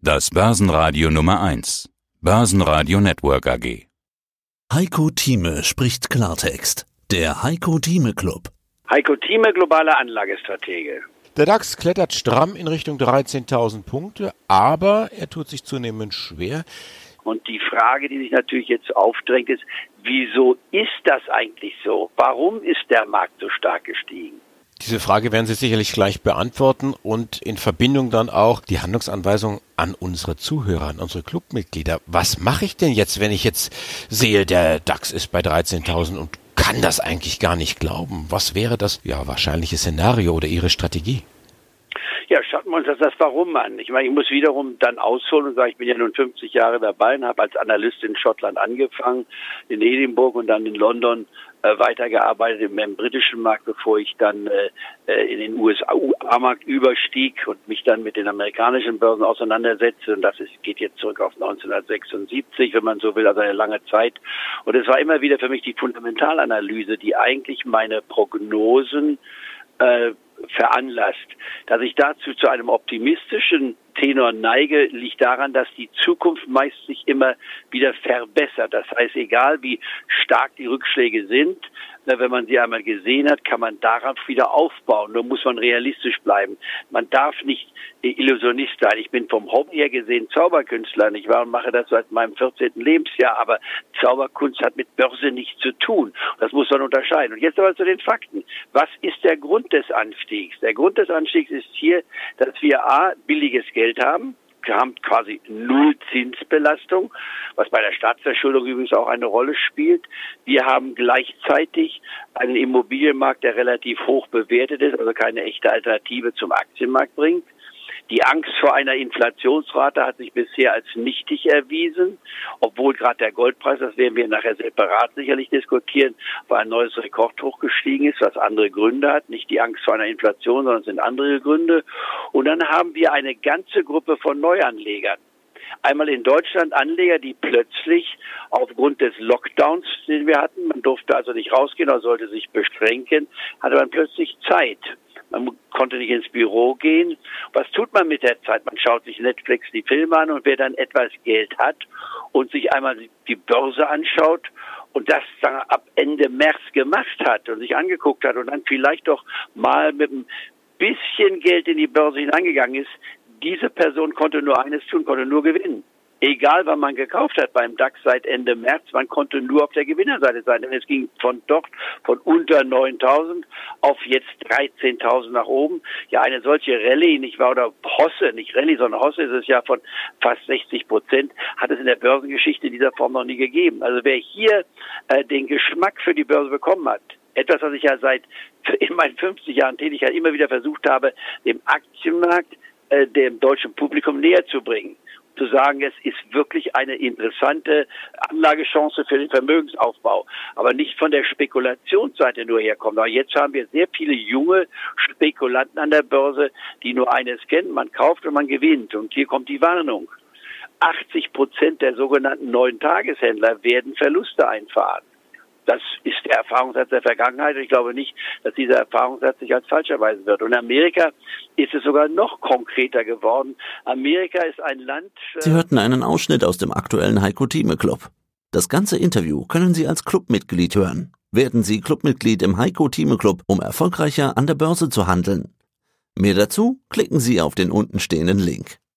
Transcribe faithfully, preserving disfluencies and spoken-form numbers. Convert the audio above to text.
Das Börsenradio Nummer eins. Börsenradio Network A G. Heiko Thieme spricht Klartext. Der Heiko Thieme Club. Heiko Thieme, globaler Anlagestratege. Der DAX klettert stramm in Richtung dreizehntausend Punkte, aber er tut sich zunehmend schwer. Und die Frage, die sich natürlich jetzt aufdrängt, ist, wieso ist das eigentlich so? Warum ist der Markt so stark gestiegen? Diese Frage werden Sie sicherlich gleich beantworten und in Verbindung dann auch die Handlungsanweisung an unsere Zuhörer, an unsere Clubmitglieder. Was mache ich denn jetzt, wenn ich jetzt sehe, der DAX ist bei dreizehntausend und kann das eigentlich gar nicht glauben? Was wäre das ja wahrscheinliche Szenario oder Ihre Strategie? Ja, schauen wir uns das, das Warum an. Ich meine, ich muss wiederum dann ausholen und sagen, ich bin ja nun fünfzig Jahre dabei und habe als Analyst in Schottland angefangen, in Edinburgh und dann in London äh, weitergearbeitet im, im britischen Markt, bevor ich dann äh, in den U S A-Markt überstieg und mich dann mit den amerikanischen Börsen auseinandersetzte. Und das ist, geht jetzt zurück auf neunzehnhundertsechsundsiebzig, wenn man so will, also eine lange Zeit. Und es war immer wieder für mich die Fundamentalanalyse, die eigentlich meine Prognosen äh, veranlasst. Dass ich dazu zu einem optimistischen Tenor neige, liegt daran, dass die Zukunft meist sich immer wieder verbessert. Das heißt, egal wie stark die Rückschläge sind, wenn man sie einmal gesehen hat, kann man darauf wieder aufbauen. Nur muss man realistisch bleiben. Man darf nicht Illusionist sein. Ich bin vom Hobby her gesehen Zauberkünstler, nicht wahr? Und mache das seit meinem vierzehnten Lebensjahr. Aber Zauberkunst hat mit Börse nichts zu tun. Das muss man unterscheiden. Und jetzt aber zu den Fakten. Was ist der Grund des Anstiegs? Der Grund des Anstiegs ist hier, dass wir a. billiges Geld haben. Wir haben quasi null Zinsbelastung, was bei der Staatsverschuldung übrigens auch eine Rolle spielt. Wir haben gleichzeitig einen Immobilienmarkt, der relativ hoch bewertet ist, also keine echte Alternative zum Aktienmarkt bringt. Die Angst vor einer Inflationsrate hat sich bisher als nichtig erwiesen, obwohl gerade der Goldpreis, das werden wir nachher separat sicherlich diskutieren, auf ein neues Rekordhoch gestiegen ist, was andere Gründe hat. Nicht die Angst vor einer Inflation, sondern es sind andere Gründe. Und dann haben wir eine ganze Gruppe von Neuanlegern. Einmal in Deutschland Anleger, die plötzlich aufgrund des Lockdowns, den wir hatten, man durfte also nicht rausgehen oder sollte sich beschränken, hatte man plötzlich Zeit. Man konnte nicht ins Büro gehen. Was tut man mit der Zeit? Man schaut sich Netflix die Filme an und wer dann etwas Geld hat und sich einmal die Börse anschaut und das dann ab Ende März gemacht hat und sich angeguckt hat und dann vielleicht doch mal mit ein bisschen Geld in die Börse hineingegangen ist, diese Person konnte nur eines tun, konnte nur gewinnen. Egal, wann man gekauft hat beim DAX seit Ende März, man konnte nur auf der Gewinnerseite sein. Denn es ging von dort, von unter neuntausend auf jetzt dreizehntausend nach oben. Ja, eine solche Rallye, nicht wahr, oder Hosse, nicht Rallye, sondern Hosse ist es ja von fast sechzig Prozent, hat es in der Börsengeschichte in dieser Form noch nie gegeben. Also wer hier äh, den Geschmack für die Börse bekommen hat, etwas, was ich ja seit in meinen fünfzig Jahren Tätigkeit immer wieder versucht habe, dem Aktienmarkt, äh, dem deutschen Publikum näher zu bringen. Zu sagen, es ist wirklich eine interessante Anlagechance für den Vermögensaufbau, aber nicht von der Spekulationsseite nur herkommt. Aber jetzt haben wir sehr viele junge Spekulanten an der Börse, die nur eines kennen: man kauft und man gewinnt. Und hier kommt die Warnung. achtzig Prozent der sogenannten neuen Tageshändler werden Verluste einfahren. Das ist der Erfahrungssatz der Vergangenheit. Ich glaube nicht, dass dieser Erfahrungssatz sich als falsch erweisen wird. Und in Amerika ist es sogar noch konkreter geworden. Amerika ist ein Land... Sie hörten einen Ausschnitt aus dem aktuellen Heiko Thieme Club. Das ganze Interview können Sie als Clubmitglied hören. Werden Sie Clubmitglied im Heiko Thieme Club, um erfolgreicher an der Börse zu handeln. Mehr dazu klicken Sie auf den untenstehenden Link.